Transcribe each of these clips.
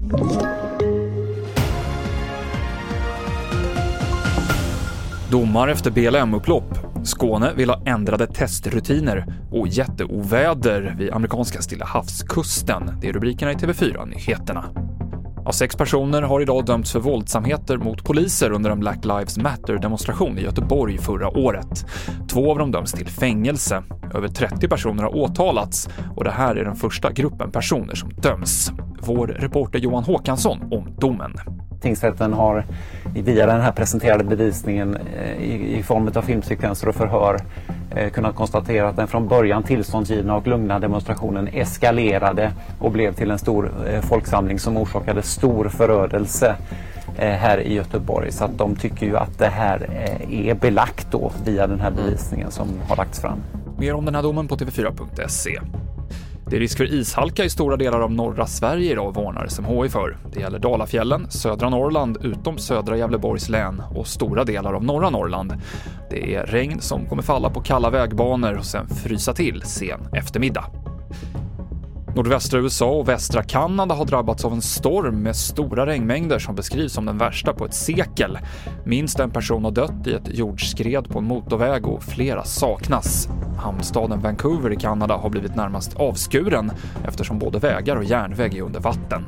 Domar efter BLM-upplopp. Skåne vill ha ändrade testrutiner och jätteoväder vid amerikanska Stilla havskusten. Det är rubrikerna i TV4-nyheterna. 6 personer har idag dömts för våldsamheter mot poliser under en Black Lives Matter-demonstration i Göteborg förra året. 2 av dem döms till fängelse. Över 30 personer har åtalats och det här är den första gruppen personer som döms. Vår reporter Johan Håkansson om domen. Tingsrätten har via den här presenterade bevisningen i form av filmsekvenser och förhör kunnat konstatera att den från början tillståndsgivna och lugna demonstrationen eskalerade och blev till en stor folksamling som orsakade stor förödelse här i Göteborg. Så att de tycker ju att det här är belagt då via den här bevisningen som har lagts fram. Mer om den här domen på tv4.se. Det är risk för ishalka i stora delar av norra Sverige idag, varnar SMHI för. Det gäller Dalafjällen, södra Norrland utom södra Gävleborgs län och stora delar av norra Norrland. Det är regn som kommer falla på kalla vägbanor och sen frysa till sen eftermiddag. Nordvästra USA och västra Kanada har drabbats av en storm med stora regnmängder som beskrivs som den värsta på ett sekel. Minst en person har dött i ett jordskred på en motorväg och flera saknas. Hamnstaden Vancouver i Kanada har blivit närmast avskuren eftersom både vägar och järnväg är under vatten.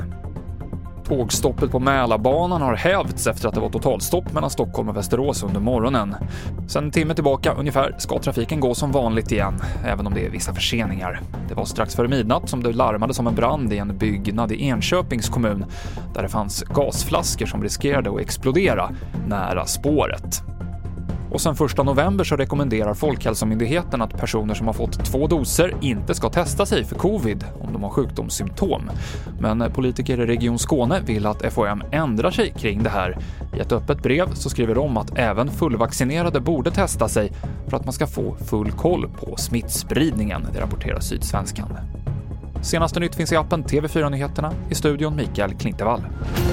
Tågstoppet på Mälarbanan har hävts efter att det var totalstopp mellan Stockholm och Västerås under morgonen. Sen en timme tillbaka ungefär ska trafiken gå som vanligt igen, även om det är vissa förseningar. Det var strax före midnatt som det larmades om en brand i en byggnad i Enköpings kommun där det fanns gasflaskor som riskerade att explodera nära spåret. Och sen 1 november så rekommenderar Folkhälsomyndigheten att personer som har fått 2 doser inte ska testa sig för covid om de har sjukdomssymptom. Men politiker i Region Skåne vill att FHM ändrar sig kring det här. I ett öppet brev så skriver de att även fullvaccinerade borde testa sig för att man ska få full koll på smittspridningen, det rapporterar Sydsvenskan. Senaste nytt finns i appen TV4 Nyheterna, i studion Mikael Klintevall.